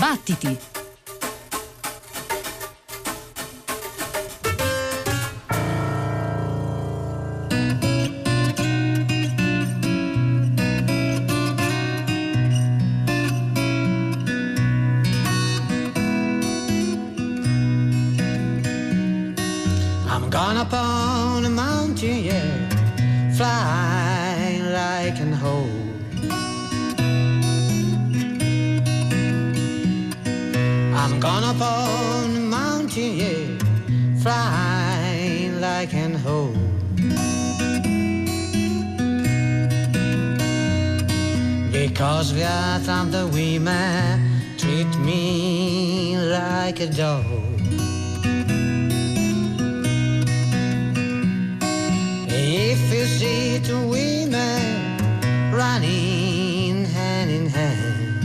Battiti! I'm gone up on a mountain, yeah, flying like an hoe. I'm gone up on a mountain, yeah, flying like an hoe. Because we are from the women treat me like a dog. If you see two women running hand in hand,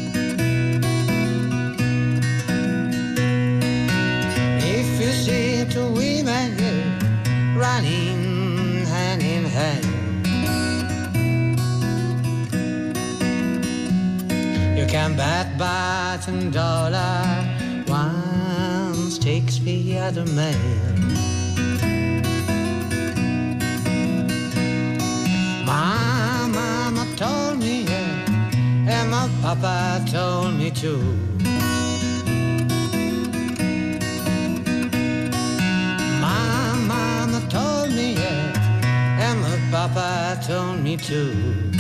if you see two women running hand in hand, you can bet $1 one takes the other man. My mama told me, yeah, and my papa told me too. My mama told me, yeah, and my papa told me too.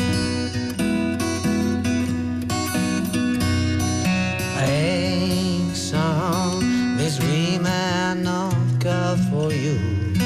Hey, son, these women not good for you.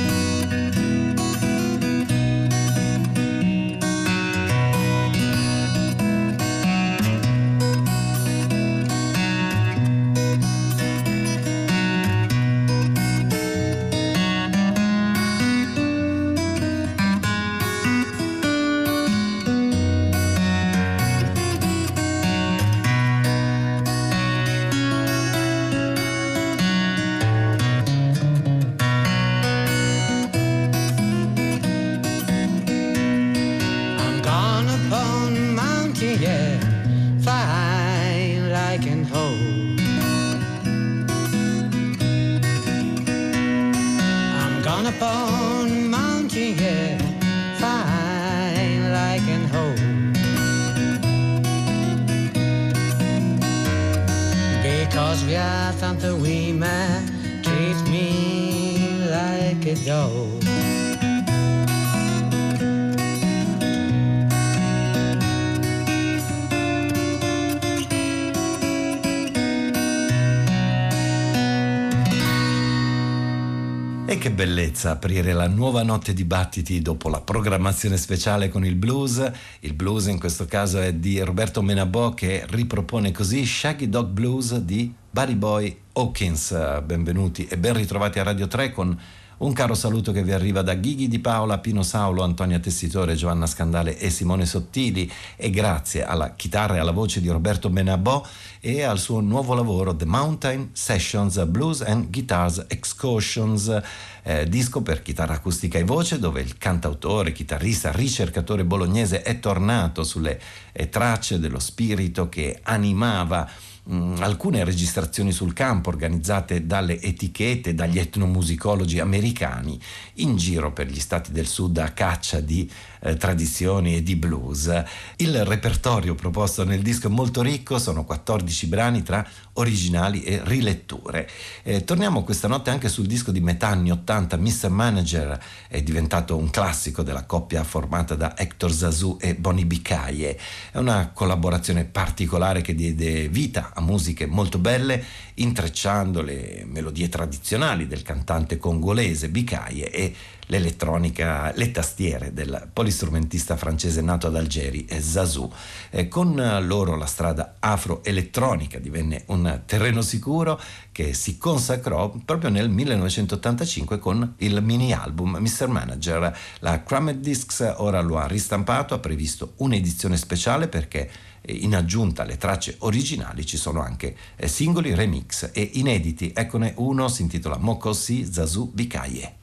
Upon a mountain, yeah, fine like an hoe. Because we are tante women treat me like a dog. E che bellezza aprire la nuova notte di Battiti dopo la programmazione speciale con il blues. Il blues in questo caso è di Roberto Menabò, che ripropone così Shaggy Dog Blues di Buddy Boy Hawkins. Benvenuti e ben ritrovati a Radio 3 con un caro saluto che vi arriva da Ghighi Di Paola, Pino Saulo, Antonia Tessitore, Giovanna Scandale e Simone Sottili, e grazie alla chitarra e alla voce di Roberto Menabò e al suo nuovo lavoro The Mountain Sessions Blues and Guitars Excursions, disco per chitarra acustica e voce, dove il cantautore, chitarrista, ricercatore bolognese è tornato sulle tracce dello spirito che animava alcune registrazioni sul campo organizzate dalle etichette, dagli etnomusicologi americani in giro per gli stati del sud a caccia di tradizioni e di blues. Il repertorio proposto nel disco è molto ricco, sono 14 brani tra originali e riletture. Torniamo questa notte anche sul disco di metà anni 80, Mr. Manager, è diventato un classico della coppia formata da Hector Zazou e Boni Bikaye. È una collaborazione particolare che diede vita a musiche molto belle, intrecciando le melodie tradizionali del cantante congolese Bikaye e l'elettronica, le tastiere del polistrumentista francese nato ad Algeri Zazou. Con loro la strada afroelettronica divenne un terreno sicuro che si consacrò proprio nel 1985 con il mini album Mr. Manager. La Cramet Discs ora lo ha ristampato, ha previsto un'edizione speciale perché in aggiunta alle tracce originali ci sono anche singoli, remix e inediti. Eccone uno, si intitola Mokosi Zazou Bikaye.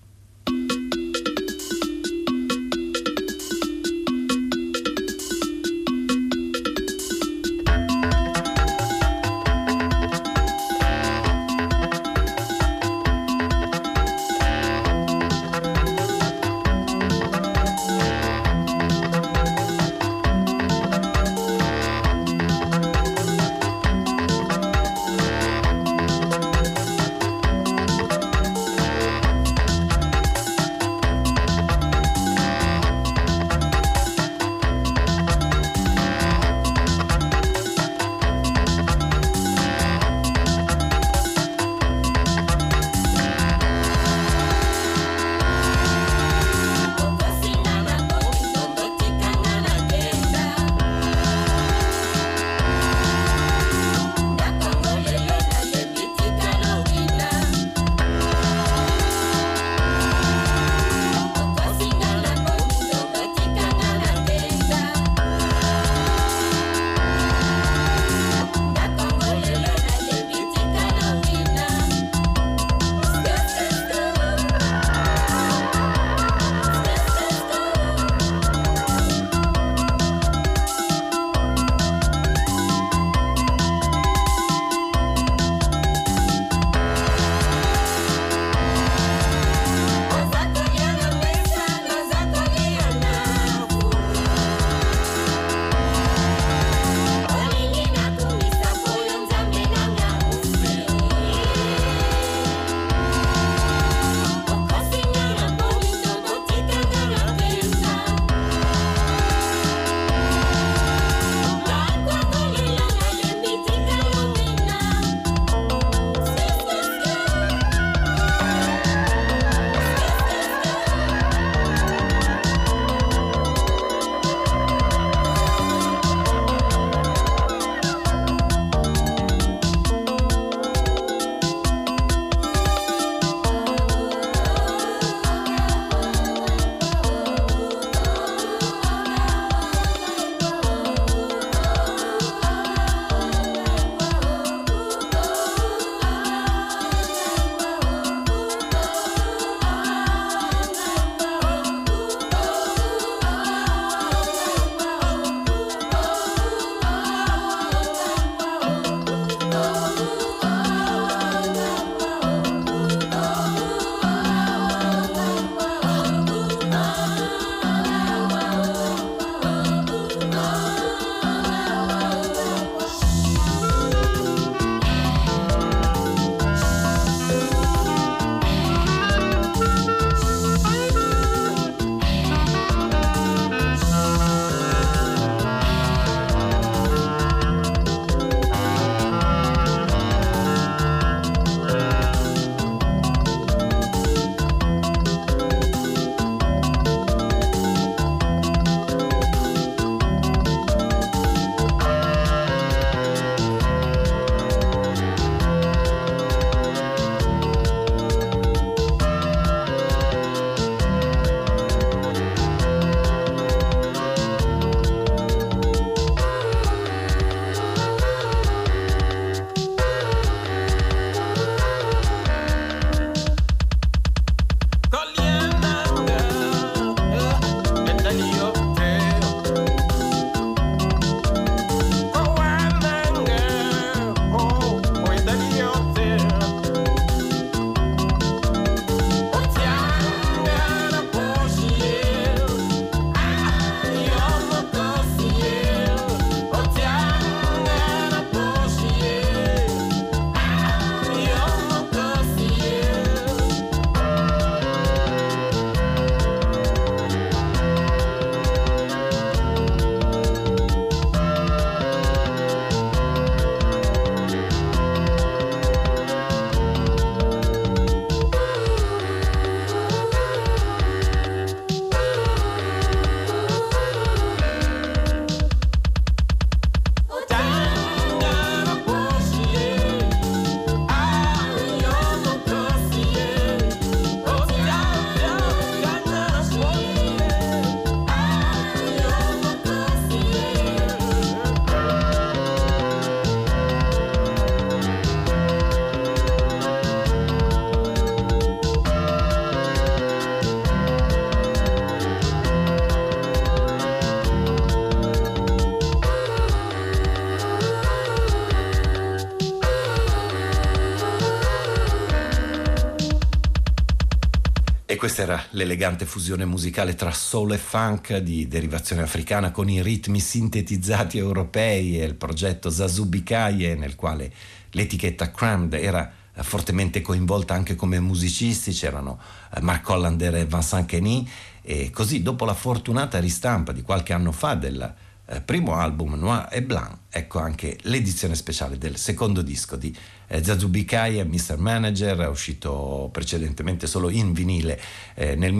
questa era l'elegante fusione musicale tra soul e funk di derivazione africana con i ritmi sintetizzati europei e il progetto Zazu Bikaye, nel quale l'etichetta Crammed era fortemente coinvolta anche come musicisti. C'erano Mark Hollander e Vincent Kenny, e così dopo la fortunata ristampa di qualche anno fa del primo album Noir et Blanc, ecco anche l'edizione speciale del secondo disco di Zazu Bikaye, Mr. Manager, uscito precedentemente solo in vinile nel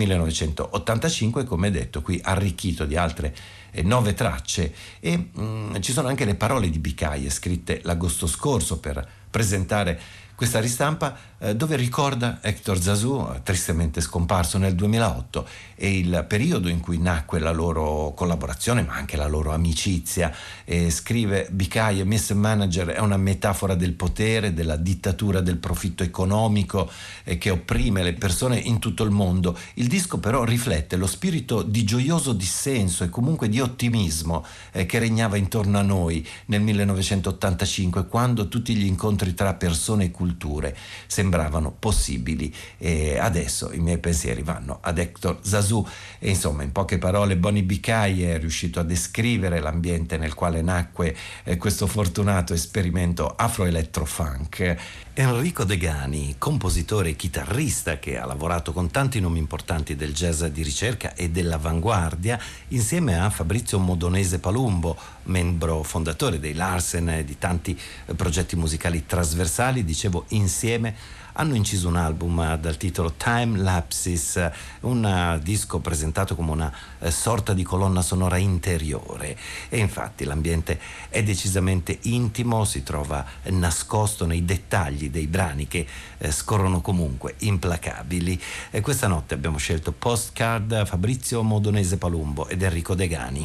1985, come detto qui arricchito di altre 9 tracce, e ci sono anche le parole di Bikaye scritte l'agosto scorso per presentare questa ristampa, dove ricorda Hector Zazu, tristemente scomparso nel 2008, e il periodo in cui nacque la loro collaborazione ma anche la loro amicizia. E scrive Bikaye: Mr. Manager è una metafora del potere, della dittatura del profitto economico che opprime le persone in tutto il mondo. Il disco però riflette lo spirito di gioioso dissenso e comunque di ottimismo che regnava intorno a noi nel 1985, quando tutti gli incontri tra persone e culture sembravano possibili, e adesso i miei pensieri vanno ad Hector Zazu. E insomma, in poche parole, Bonnie Bikaye è riuscito a descrivere l'ambiente nel quale nacque questo fortunato esperimento afro-electro-funk. Enrico Degani, compositore e chitarrista che ha lavorato con tanti nomi importanti del jazz di ricerca e dell'avanguardia, insieme a Fabrizio Modonese Palumbo, membro fondatore dei Larsen e di tanti progetti musicali trasversali, dicevo, insieme hanno inciso un album dal titolo Time Lapses, un disco presentato come una sorta di colonna sonora interiore, e infatti l'ambiente è decisamente intimo, si trova nascosto nei dettagli dei brani che scorrono comunque implacabili. E questa notte abbiamo scelto Postcard, Fabrizio Modonese Palumbo ed Enrico Degani.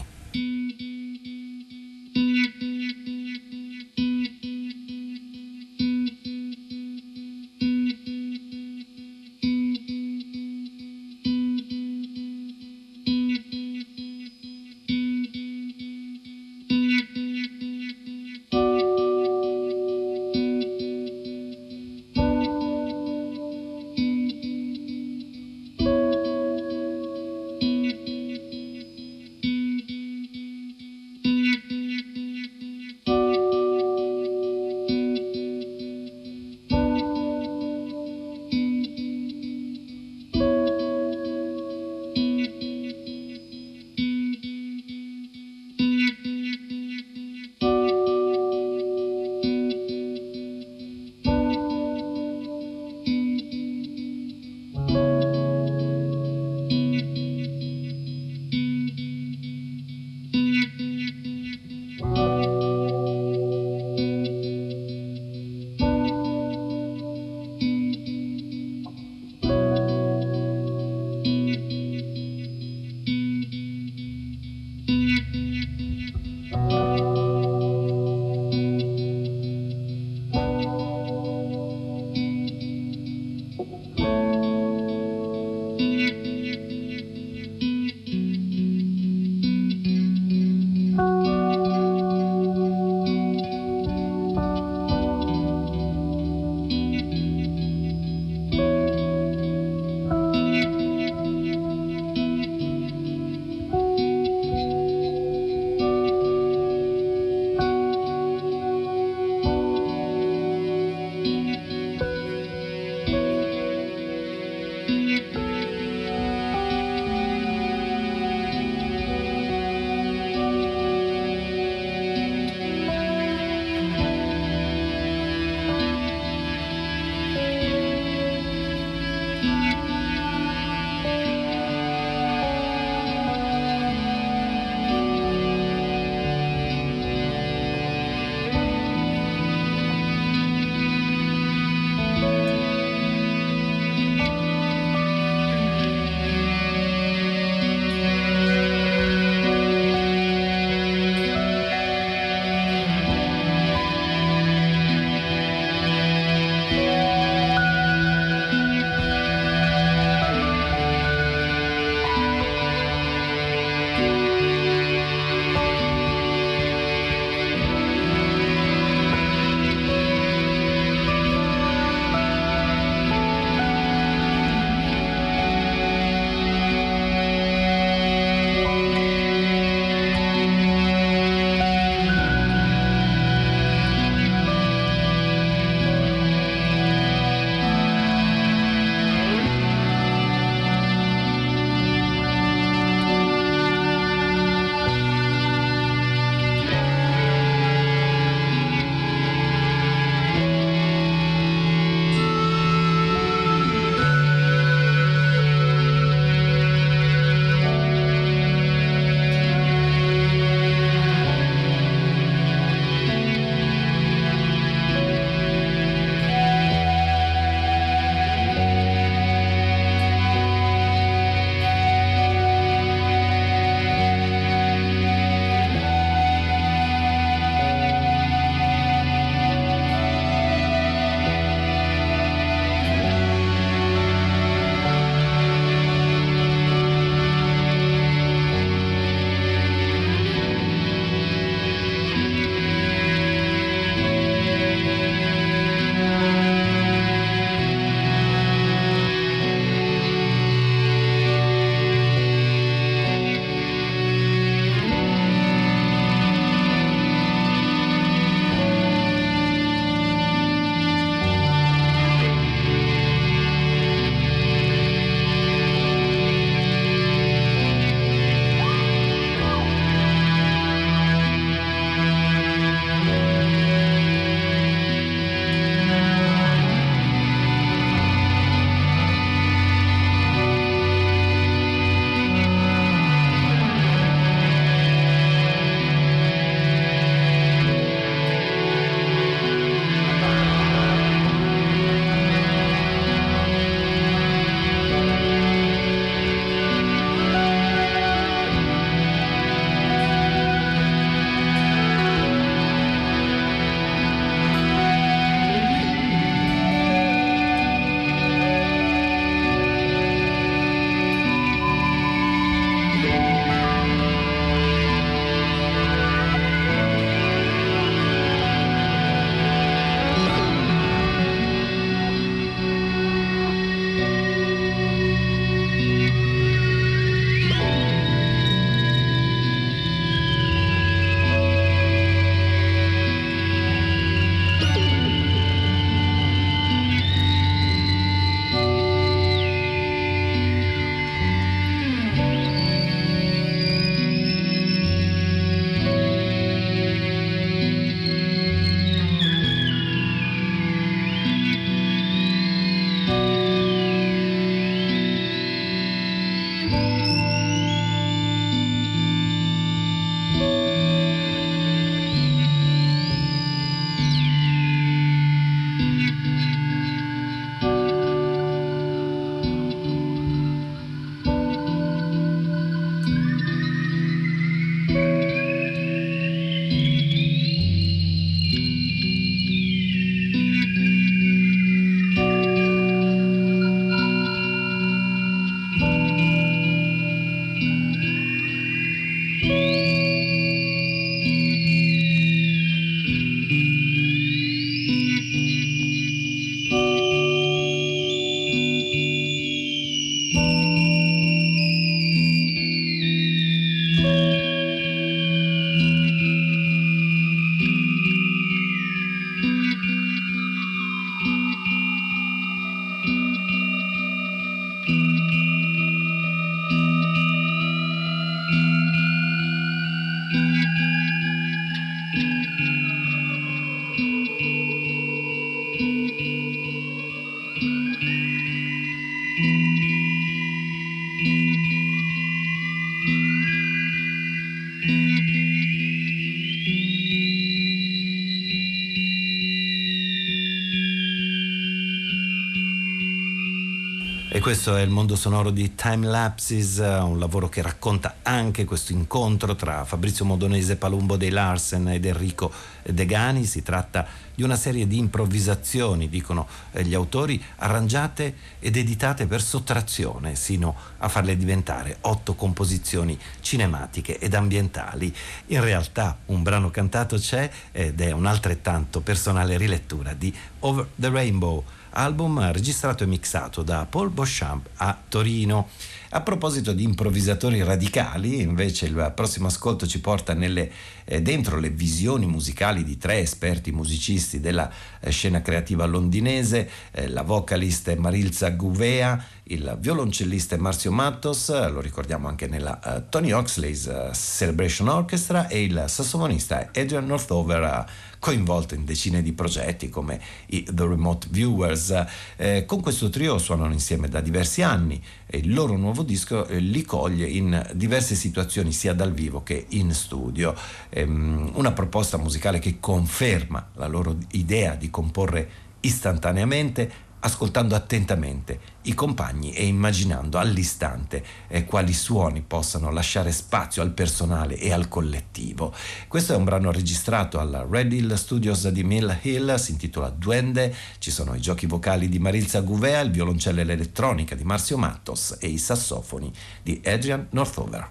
Questo è il mondo sonoro di Time Lapses, un lavoro che racconta anche questo incontro tra Fabrizio Modonese Palumbo dei Larsen ed Enrico Degani. Si tratta di una serie di improvvisazioni, dicono gli autori, arrangiate ed editate per sottrazione, sino a farle diventare 8 composizioni cinematiche ed ambientali. In realtà un brano cantato c'è ed è un'altrettanto personale rilettura di Over the Rainbow, album registrato e mixato da Paul Beauchamp a Torino. A proposito di improvvisatori radicali, invece, il prossimo ascolto ci porta dentro le visioni musicali di 3 esperti musicisti della scena creativa londinese, la vocalist è Marilza Gouveia, il violoncellista è Marzio Mattos, lo ricordiamo anche nella Tony Oxley's Celebration Orchestra, e il sassofonista è Adrian Northover, coinvolto in decine di progetti come i The Remote Viewers. Con questo trio suonano insieme da diversi anni e il loro nuovo disco li coglie in diverse situazioni sia dal vivo che in studio. Una proposta musicale che conferma la loro idea di comporre istantaneamente, ascoltando attentamente i compagni e immaginando all'istante quali suoni possano lasciare spazio al personale e al collettivo. Questo è un brano registrato alla Red Hill Studios di Mill Hill, si intitola Duende, ci sono i giochi vocali di Marilza Gouveia, il violoncello e l'elettronica di Marzio Mattos e i sassofoni di Adrian Northover.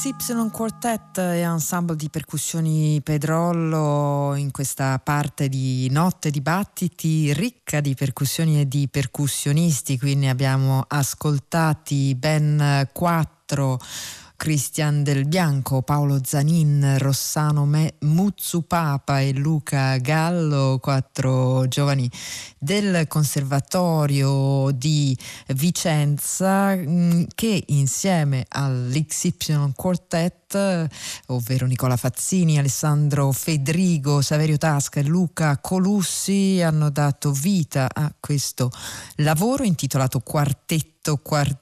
XY Quartet e ensemble di percussioni Pedrollo in questa parte di Notte di Battiti ricca di percussioni e di percussionisti. Quindi abbiamo ascoltati ben 4: Cristian Del Bianco, Paolo Zanin, Rossano Muzzupapa e Luca Gallo, 4 giovani del Conservatorio di Vicenza che insieme all'XY Quartet, ovvero Nicola Fazzini, Alessandro Fedrigo, Saverio Tasca e Luca Colussi, hanno dato vita a questo lavoro intitolato Quartetto.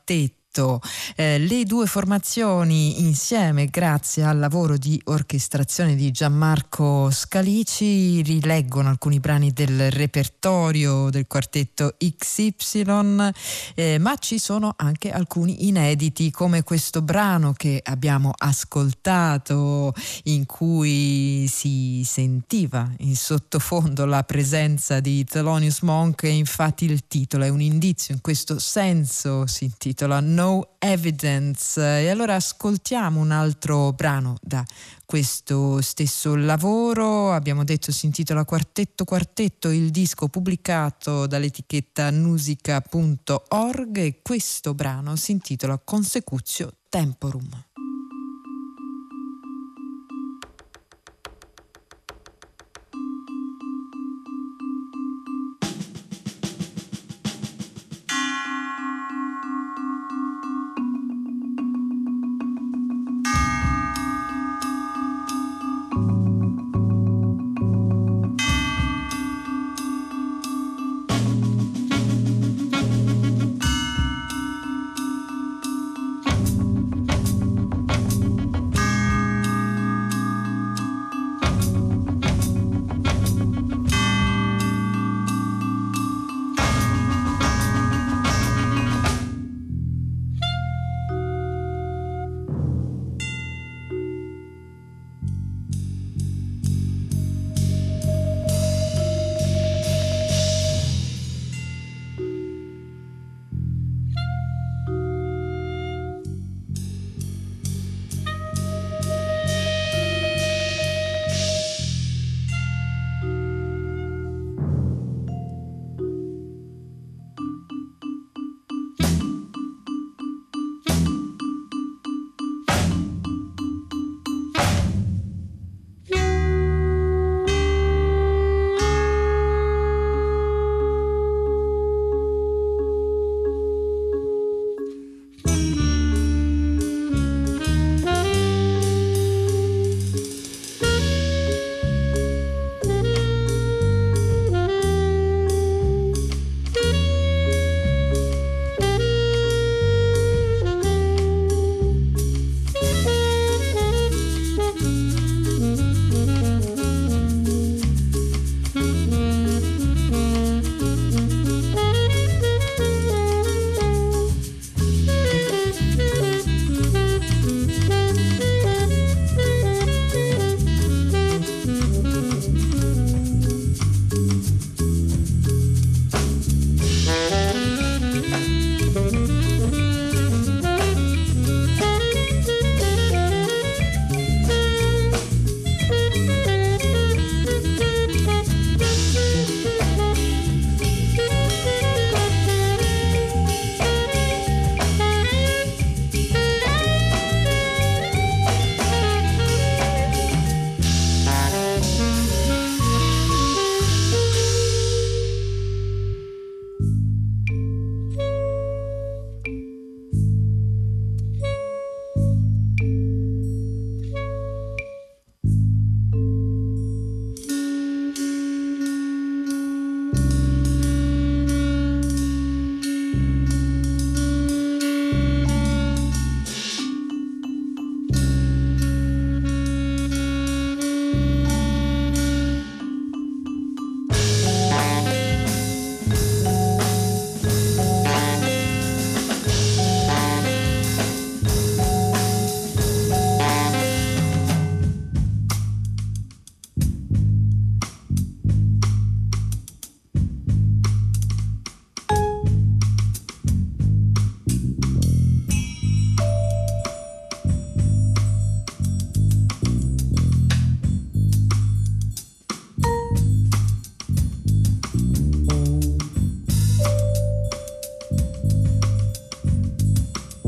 Le due formazioni insieme, grazie al lavoro di orchestrazione di Gianmarco Scalici, rileggono alcuni brani del repertorio del quartetto XY, ma ci sono anche alcuni inediti, come questo brano che abbiamo ascoltato, in cui si sentiva in sottofondo la presenza di Thelonious Monk, e infatti il titolo è un indizio in questo senso, si intitola No Evidence. E allora ascoltiamo un altro brano da questo stesso lavoro. Abbiamo detto si intitola Quartetto, il disco pubblicato dall'etichetta nusica.org, e questo brano si intitola Consecutio Temporum.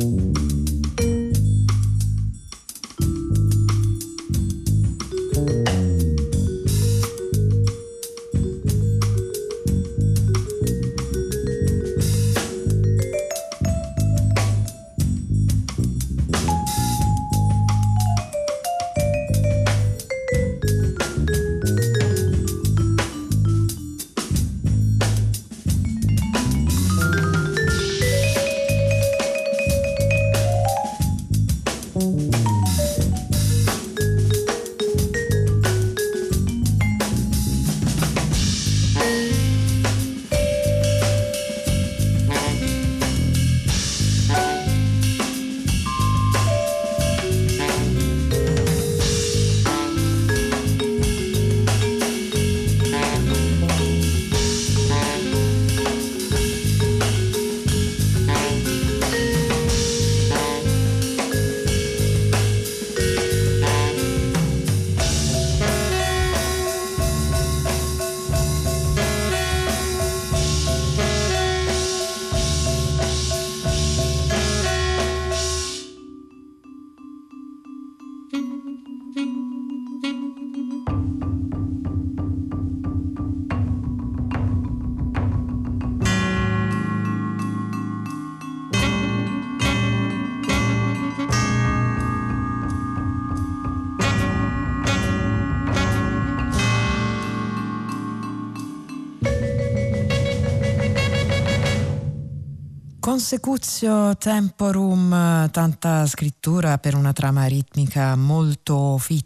Consecutio temporum, tanta scrittura per una trama ritmica molto fitta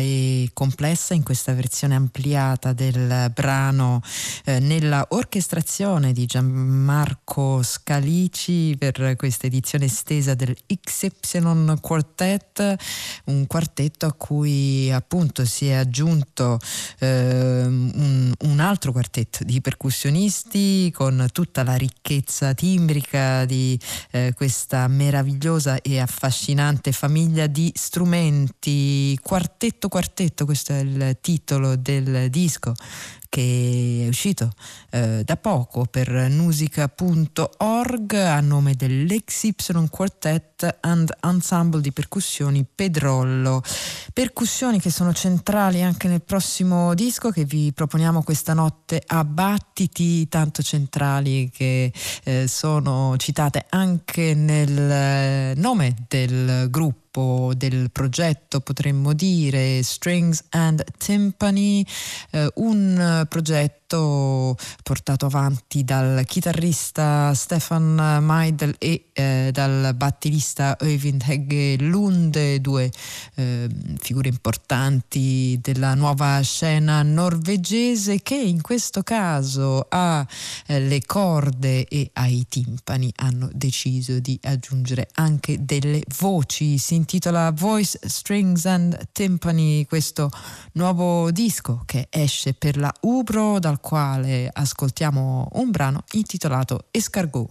e complessa in questa versione ampliata del brano nella orchestrazione di Gianmarco Scalici per questa edizione estesa del XY Quartet, un quartetto a cui appunto si è aggiunto un altro quartetto di percussionisti con tutta la ricchezza timbrica di questa meravigliosa e affascinante famiglia di strumenti. Quartetto, questo è il titolo del disco che è uscito da poco per nusica.org a nome dell'XY Quartet and Ensemble di percussioni Pedrollo. Percussioni che sono centrali anche nel prossimo disco che vi proponiamo questa notte a Battiti, tanto centrali che sono citate anche nel nome del gruppo, del progetto, potremmo dire Strings and Timpani, un progetto portato avanti dal chitarrista Stefan Meidel e dal batterista Øyvind Hegge Lunde, due figure importanti della nuova scena norvegese che in questo caso alle corde e ai timpani hanno deciso di aggiungere anche delle voci. Si intitola Voice, Strings and Timpani, questo nuovo disco che esce per la Ubro, dal quale ascoltiamo un brano intitolato Escargot.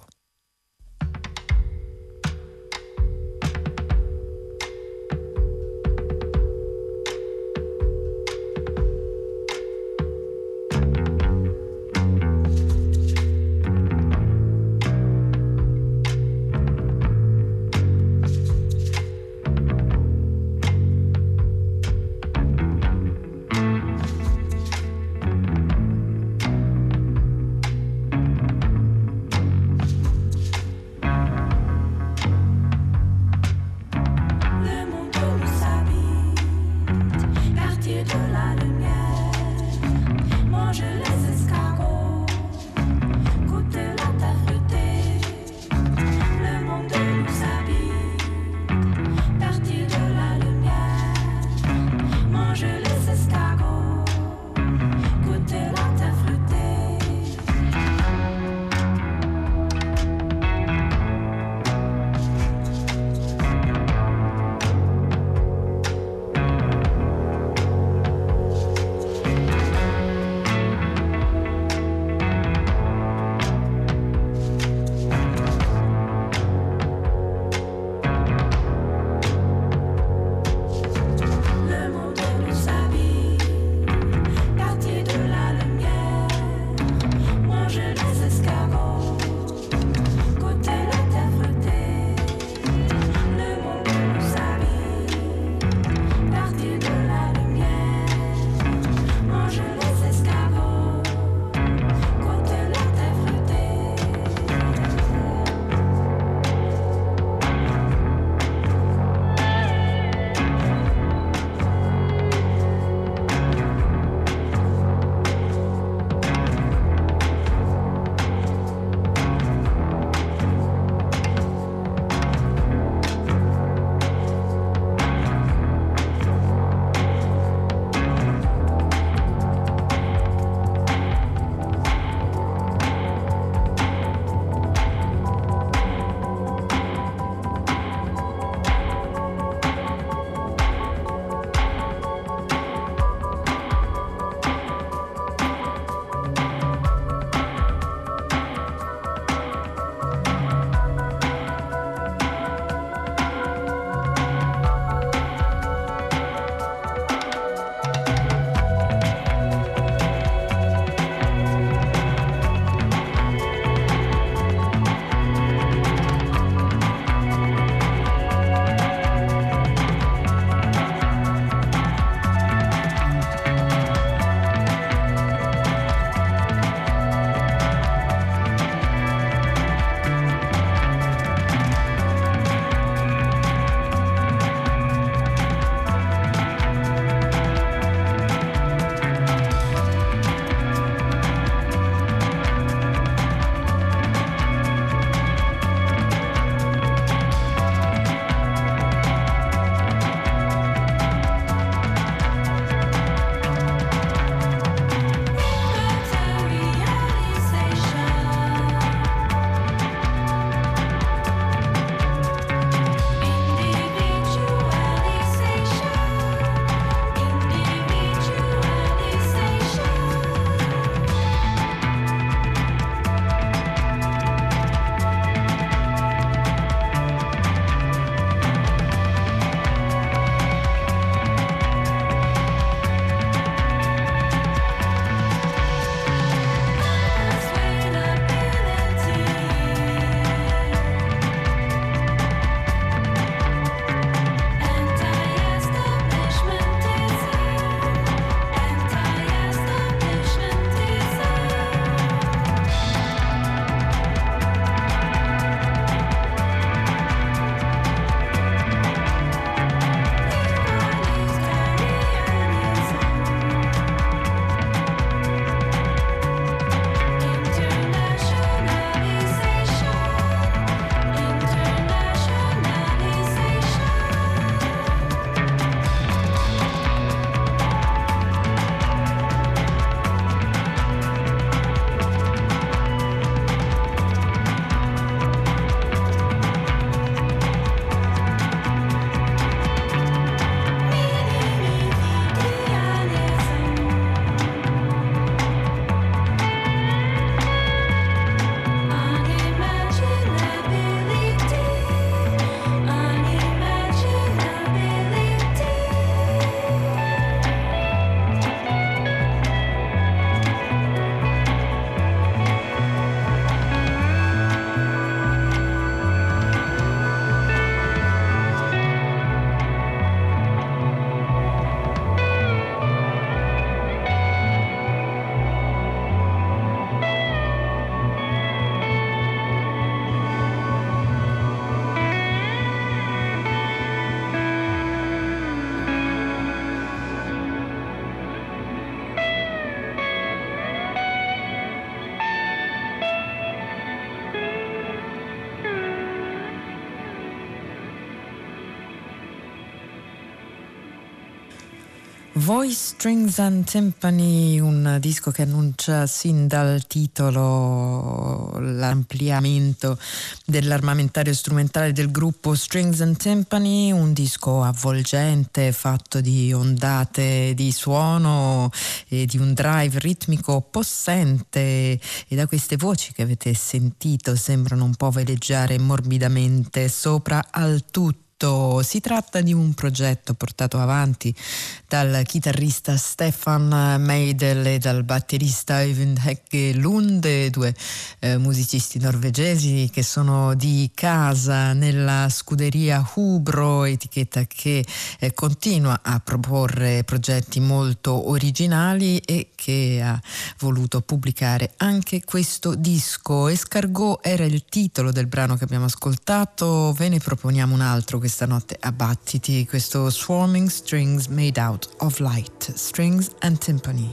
Voice, Strings and Timpani, un disco che annuncia sin dal titolo l'ampliamento dell'armamentario strumentale del gruppo Strings and Timpani, un disco avvolgente fatto di ondate di suono e di un drive ritmico possente, e da queste voci che avete sentito sembrano un po' veleggiare morbidamente sopra al tutto. Si tratta di un progetto portato avanti dal chitarrista Stefan Meidel e dal batterista Øyvind Hegge Lunde, due musicisti norvegesi che sono di casa nella scuderia Hubro, etichetta che continua a proporre progetti molto originali e che ha voluto pubblicare anche questo disco. Escargot era il titolo del brano che abbiamo ascoltato, ve ne proponiamo un altro questa notte a Battiti, questo Swarming Strings Made Out of Light, Strings and Timpani.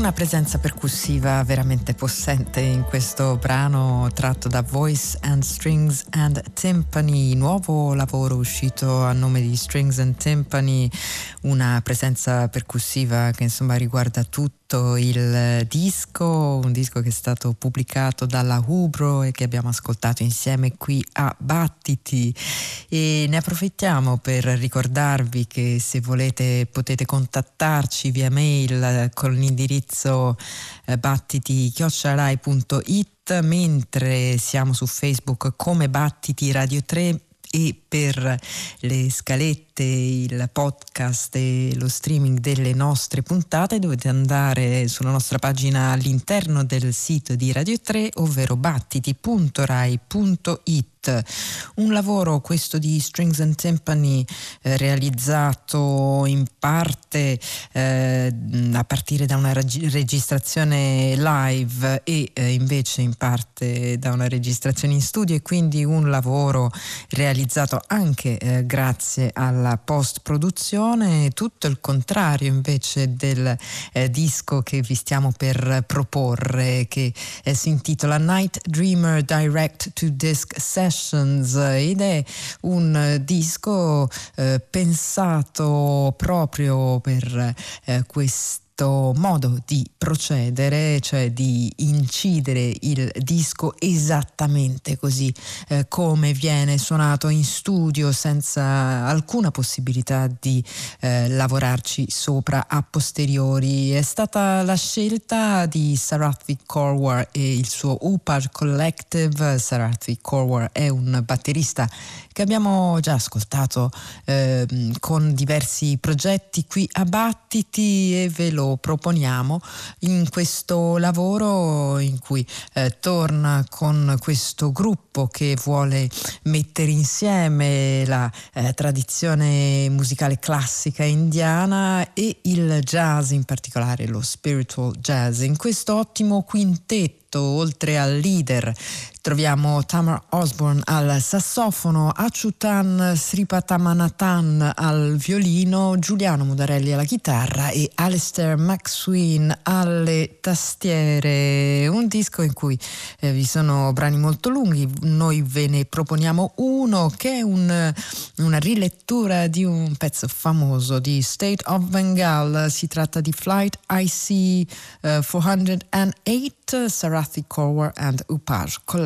Una presenza percussiva veramente possente in questo brano tratto da Voice and Strings and Timpani, nuovo lavoro uscito a nome di Strings and Timpani, una presenza percussiva che insomma riguarda tutto il disco, un disco che è stato pubblicato dalla Hubro e che abbiamo ascoltato insieme qui a Battiti, e ne approfittiamo per ricordarvi che se volete potete contattarci via mail con l'indirizzo battiti@rai.it, mentre siamo su Facebook come Battiti Radio 3, e per le scalette, il podcast e lo streaming delle nostre puntate dovete andare sulla nostra pagina all'interno del sito di Radio 3, ovvero battiti.rai.it. Un lavoro, questo di Strings and Timpani, realizzato in parte a partire da una registrazione live e invece in parte da una registrazione in studio, e quindi un lavoro realizzato anche grazie alla post-produzione, tutto il contrario invece del disco che vi stiamo per proporre, che si intitola Night Dreamer Direct to Disc Sessions, ed è un disco pensato proprio per questo modo di procedere, cioè di incidere il disco esattamente così come viene suonato in studio, senza alcuna possibilità di lavorarci sopra a posteriori. È stata la scelta di Sarathi Korwar e il suo Upar Collective. Sarathi Korwar è un batterista che abbiamo già ascoltato con diversi progetti qui a Battiti, e ve lo proponiamo in questo lavoro in cui torna con questo gruppo che vuole mettere insieme la tradizione musicale classica indiana e il jazz, in particolare lo spiritual jazz. In questo ottimo quintetto, oltre al leader, troviamo Tamar Osborne al sassofono, Achyutan Sripatamanathan al violino, Giuliano Mudarelli alla chitarra e Alistair McSween alle tastiere. Un disco in cui vi sono brani molto lunghi, noi ve ne proponiamo uno che è una rilettura di un pezzo famoso di State of Bengal. Si tratta di Flight IC 408, Sarathi Korwar and Upar Collective.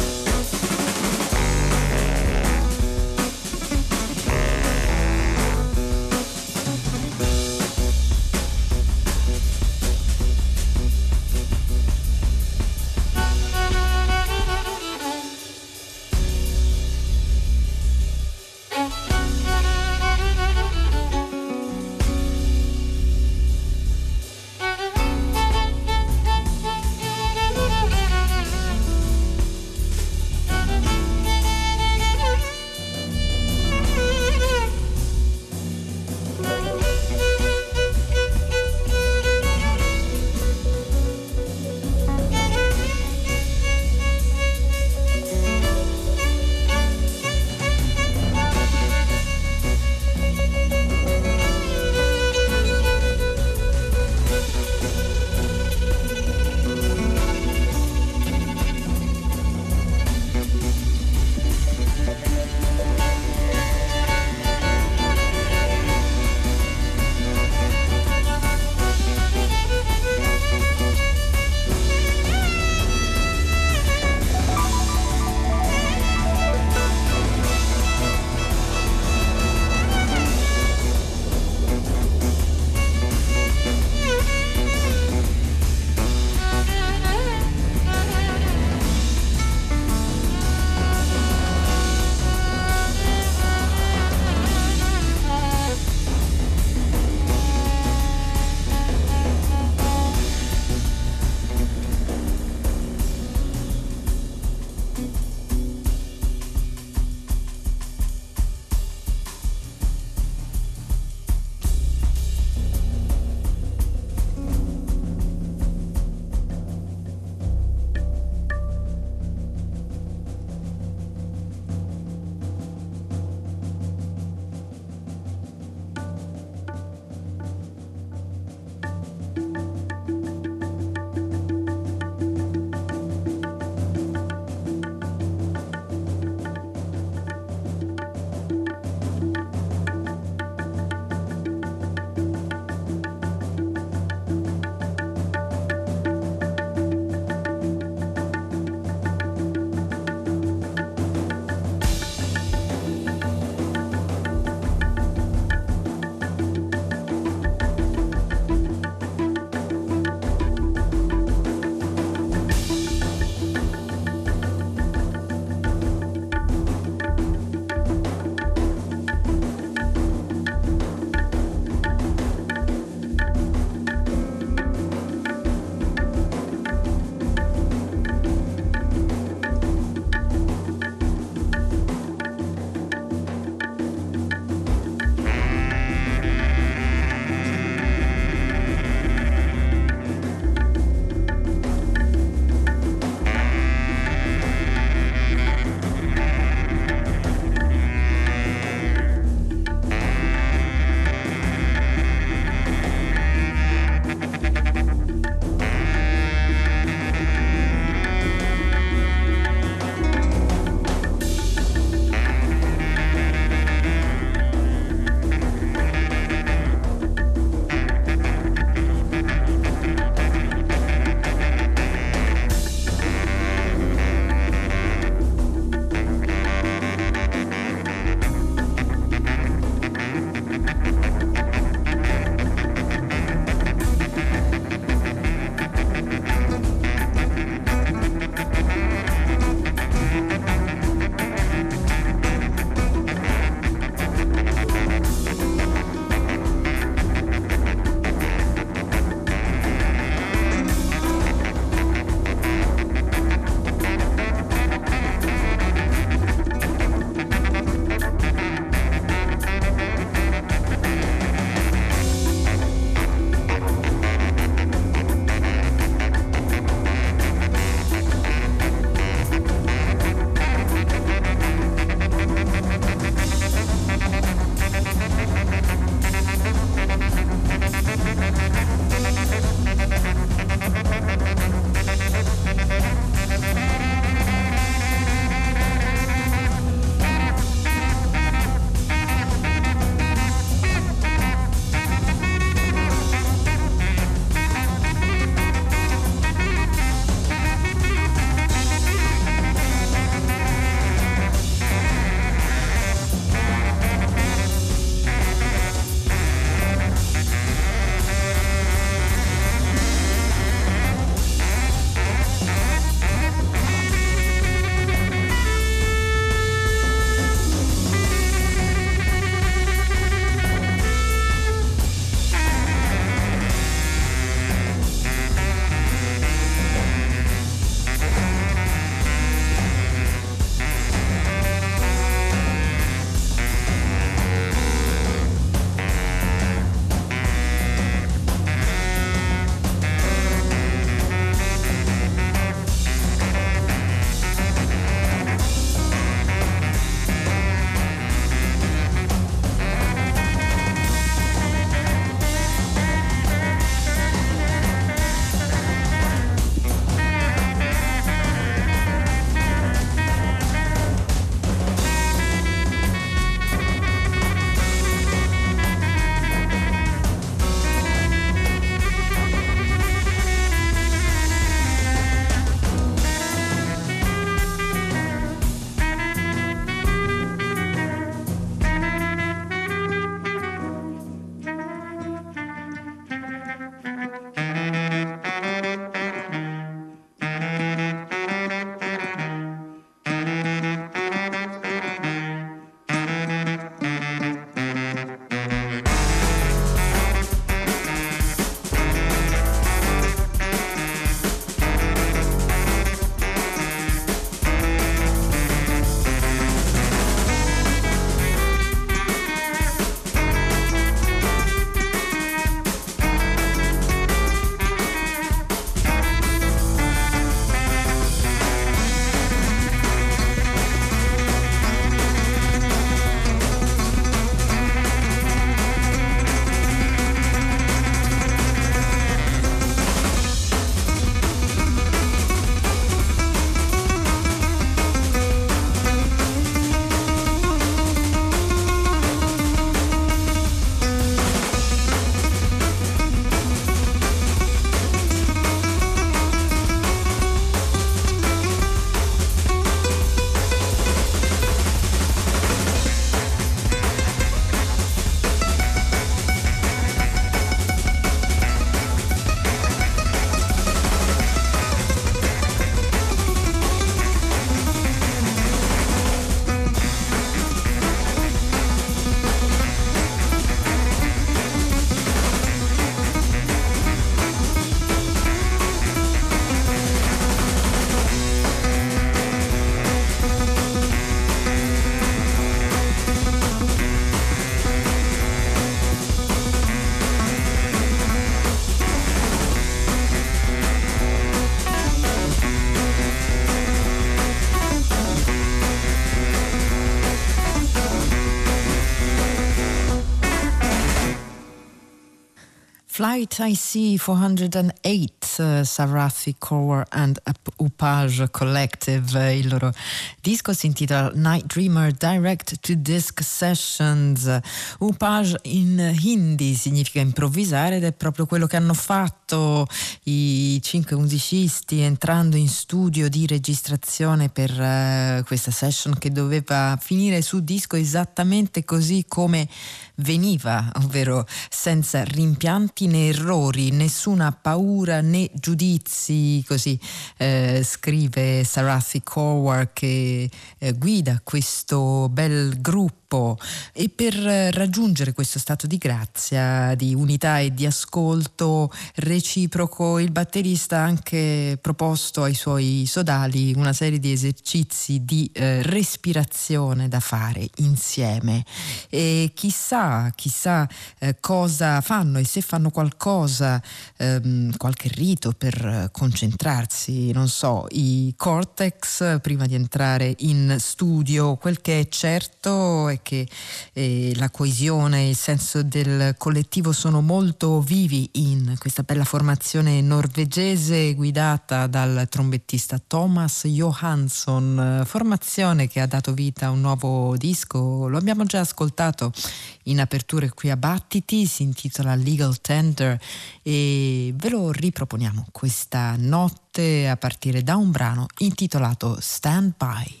Flight IC 408, Sarathi Kaur and Upaj Collective. Il loro disco si intitola Night Dreamer Direct to Disc Sessions. Upaj in hindi significa improvvisare ed è proprio quello che hanno fatto i 5 musicisti entrando in studio di registrazione per questa session che doveva finire su disco esattamente così come veniva, ovvero senza rimpianti né errori, nessuna paura né giudizi, così scrive Sarathi Kaur che guida questo bel gruppo. E per raggiungere questo stato di grazia, di unità e di ascolto reciproco, il batterista ha anche proposto ai suoi sodali una serie di esercizi di respirazione da fare insieme. E chissà cosa fanno e se fanno qualcosa, qualche rito per concentrarsi, non so, i Cortex prima di entrare in studio. Quel che è certo è che la coesione e il senso del collettivo sono molto vivi in questa bella formazione norvegese guidata dal trombettista Thomas Johansson, formazione che ha dato vita a un nuovo disco. Lo abbiamo già ascoltato in apertura qui a Battiti, si intitola Legal Tender e ve lo riproponiamo questa notte a partire da un brano intitolato Stand By.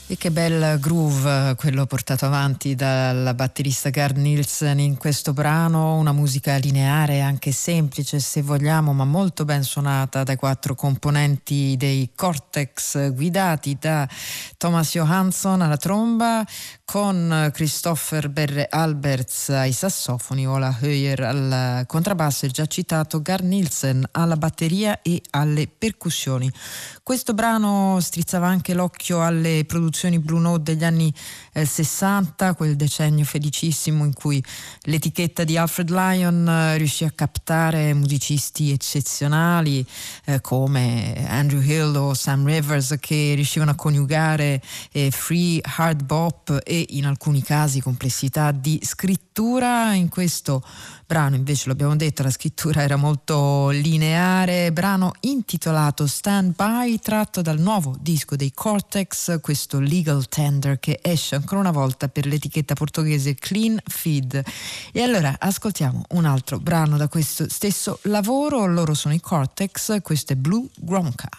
E che bel groove quello portato avanti dal batterista Gard Nielsen in questo brano, una musica lineare anche semplice se vogliamo, ma molto ben suonata dai 4 componenti dei Cortex, guidati da Thomas Johansson alla tromba, con Christopher Berre Alberts ai sassofoni, Ola Höjer al contrabbasso e il già citato Gard Nielsen alla batteria e alle percussioni. Questo brano strizzava anche l'occhio alle produzioni Blue Note degli anni 60, quel decennio felicissimo in cui l'etichetta di Alfred Lion riuscì a captare musicisti eccezionali come Andrew Hill o Sam Rivers, che riuscivano a coniugare free, hard bop e in alcuni casi complessità di scrittura. In questo brano invece, l'abbiamo detto, la scrittura era molto lineare, brano intitolato Stand By, tratto dal nuovo disco dei Cortex, questo Legal Tender, che esce ancora una volta per l'etichetta portoghese Clean Feed. E allora ascoltiamo un altro brano da questo stesso lavoro, loro sono i Cortex, questo è Blue Gronka.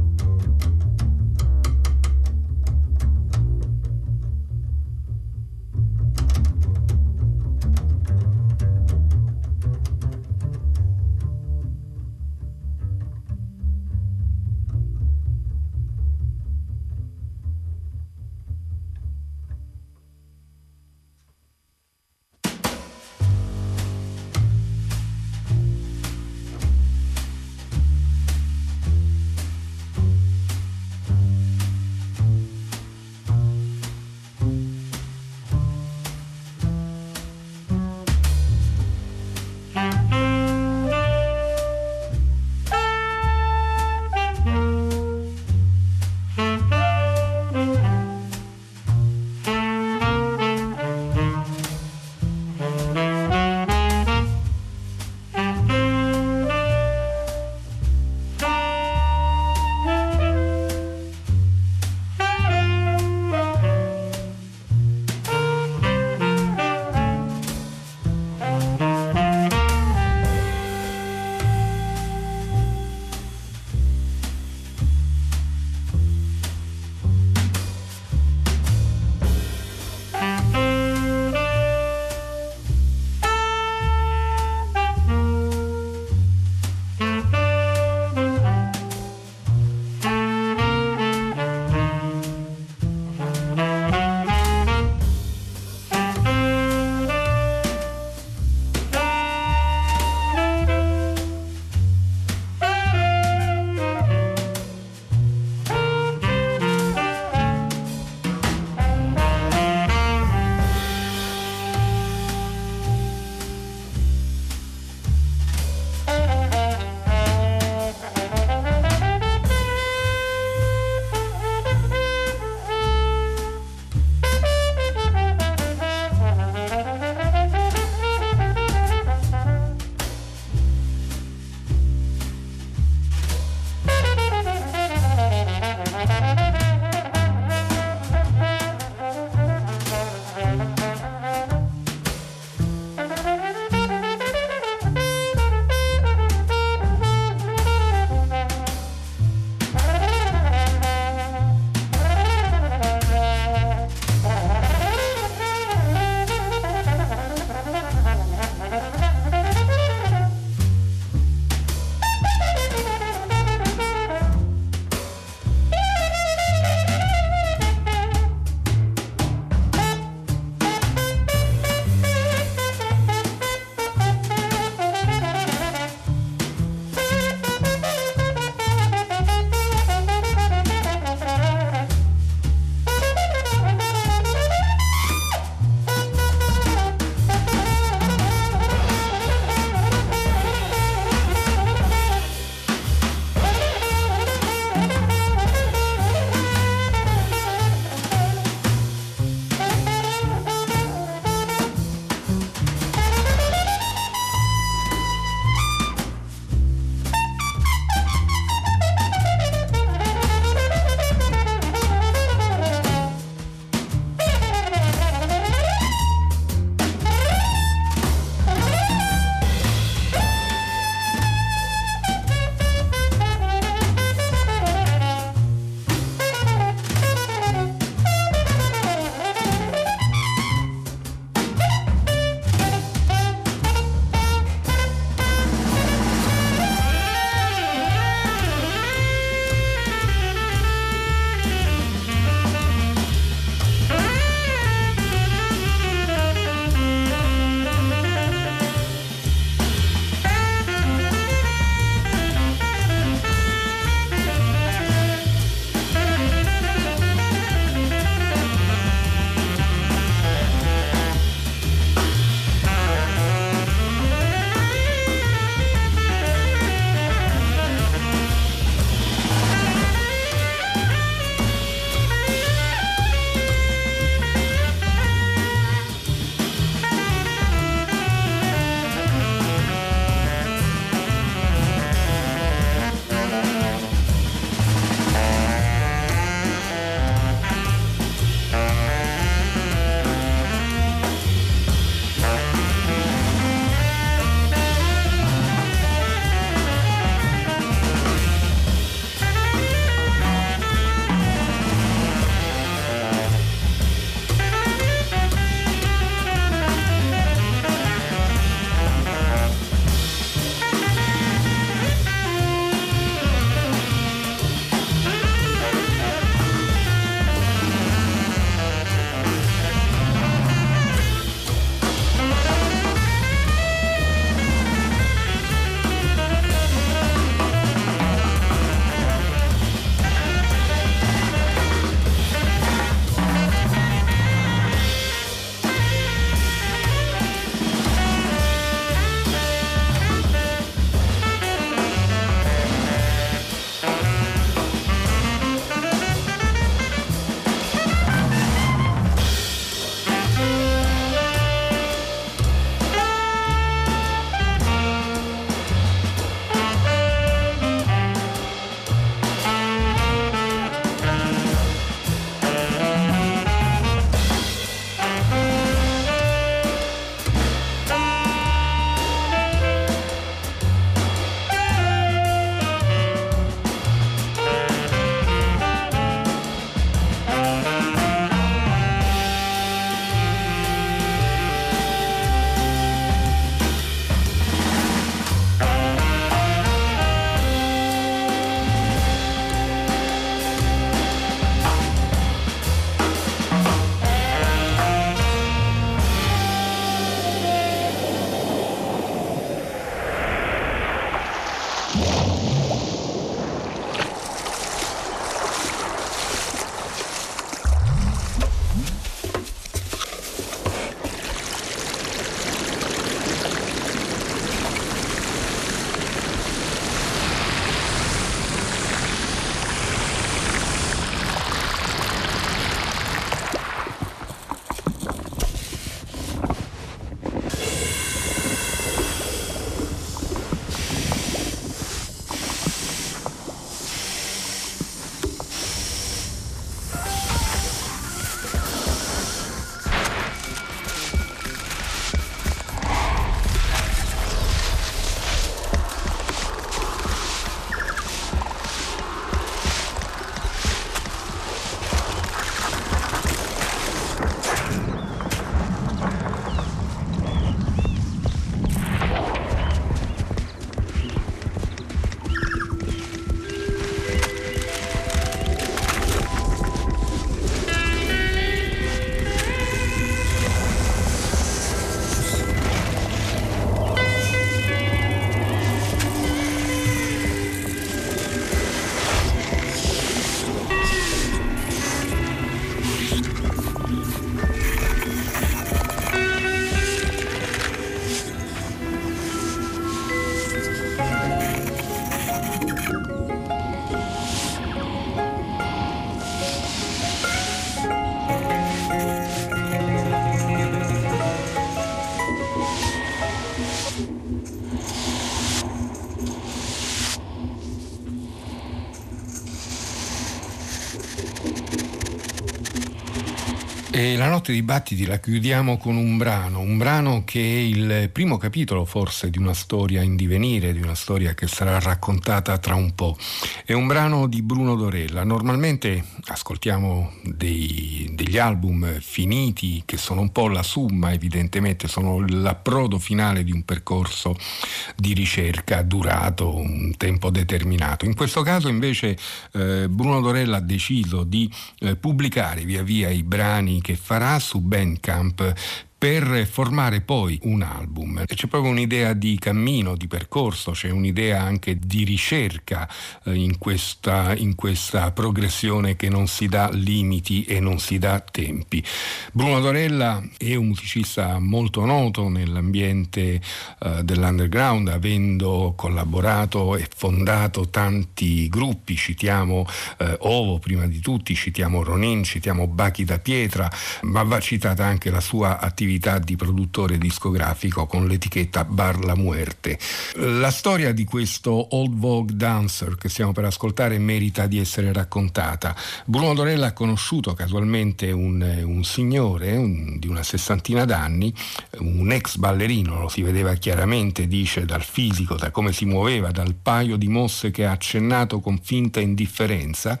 E la notte dei battiti la chiudiamo con un brano che è il primo capitolo forse di una storia in divenire, di una storia che sarà raccontata tra un po'. È un brano di Bruno Dorella. Normalmente ascoltiamo degli album finiti che sono un po' la summa, evidentemente sono l'approdo finale di un percorso di ricerca durato un tempo determinato. In questo caso invece Bruno Dorella ha deciso di pubblicare via via i brani che farà su Bandcamp per formare poi un album. E c'è proprio un'idea di cammino, di percorso, c'è un'idea anche di ricerca in questa progressione che non si dà limiti e non si dà tempi. Bruno Dorella è un musicista molto noto nell'ambiente dell'underground, avendo collaborato e fondato tanti gruppi, citiamo Ovo prima di tutti, citiamo Ronin, citiamo Bachi da Pietra, ma va citata anche la sua attività di produttore discografico con l'etichetta Bar La Muerte. La storia di questo Old Vogue Dancer che stiamo per ascoltare merita di essere raccontata. Bruno Dorella ha conosciuto casualmente un signore di una sessantina d'anni, un ex ballerino, lo si vedeva chiaramente, dice, dal fisico, da come si muoveva, dal paio di mosse che ha accennato con finta indifferenza,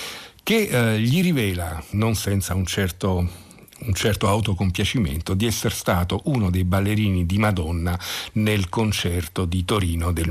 che gli rivela, non senza un certo autocompiacimento, di essere stato uno dei ballerini di Madonna nel concerto di Torino del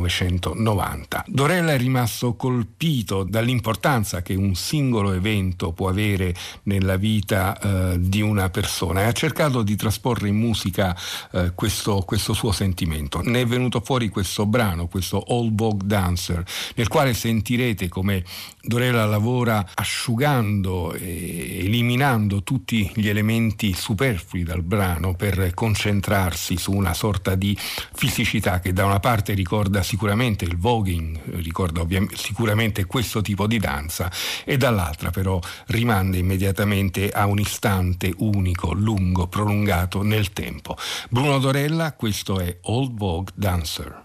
1990. Dorella è rimasto colpito dall'importanza che un singolo evento può avere nella vita di una persona e ha cercato di trasporre in musica questo suo sentimento. Ne è venuto fuori questo brano, questo Old Vogue Dancer, nel quale sentirete come Dorella lavora asciugando e eliminando tutti gli elementi superflui dal brano per concentrarsi su una sorta di fisicità che da una parte ricorda sicuramente il voguing, ricorda sicuramente questo tipo di danza, e dall'altra però rimanda immediatamente a un istante unico, lungo, prolungato nel tempo. Bruno Dorella, questo è Old Vogue Dancer.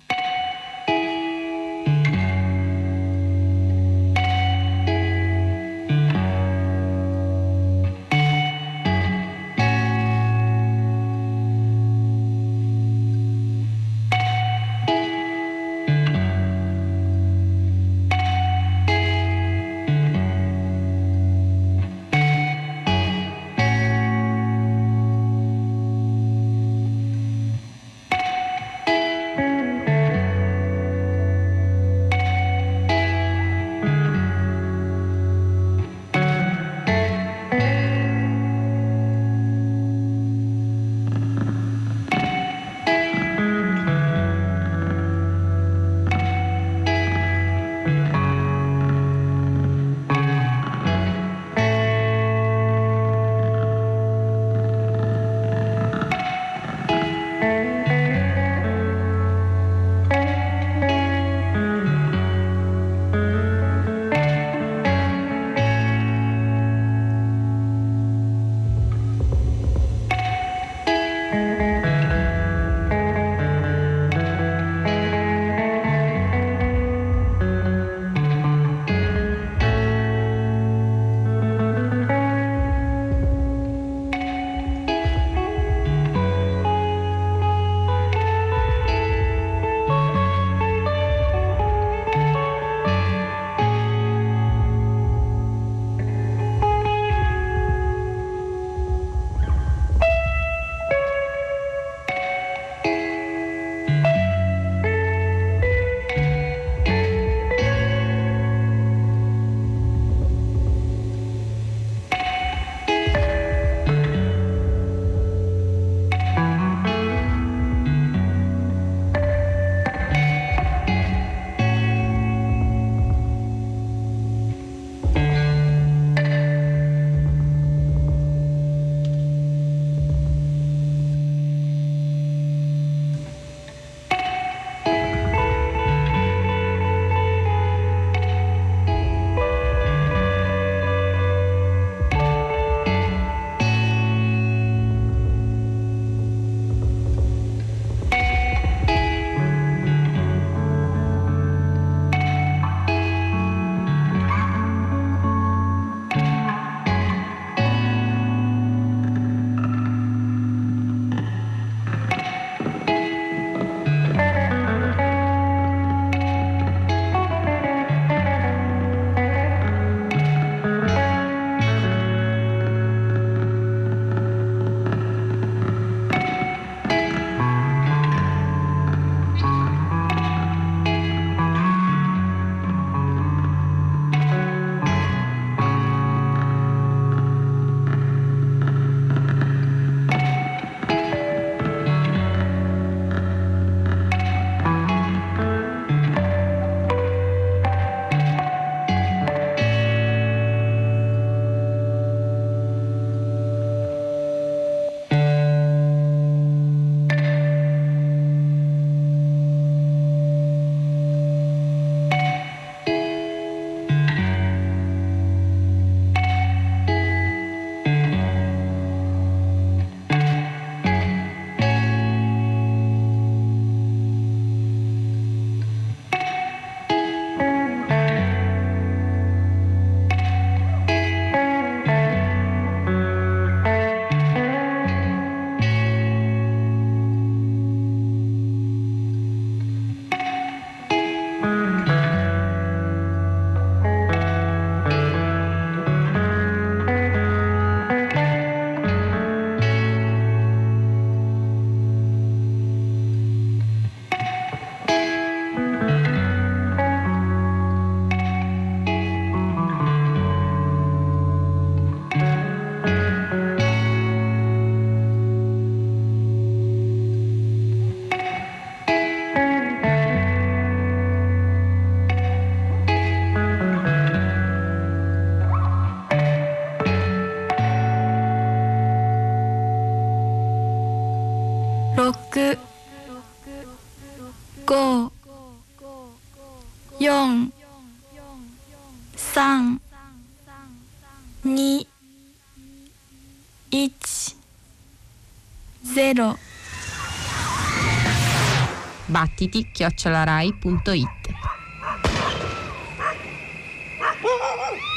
3 2 1 0 battiti@rai.it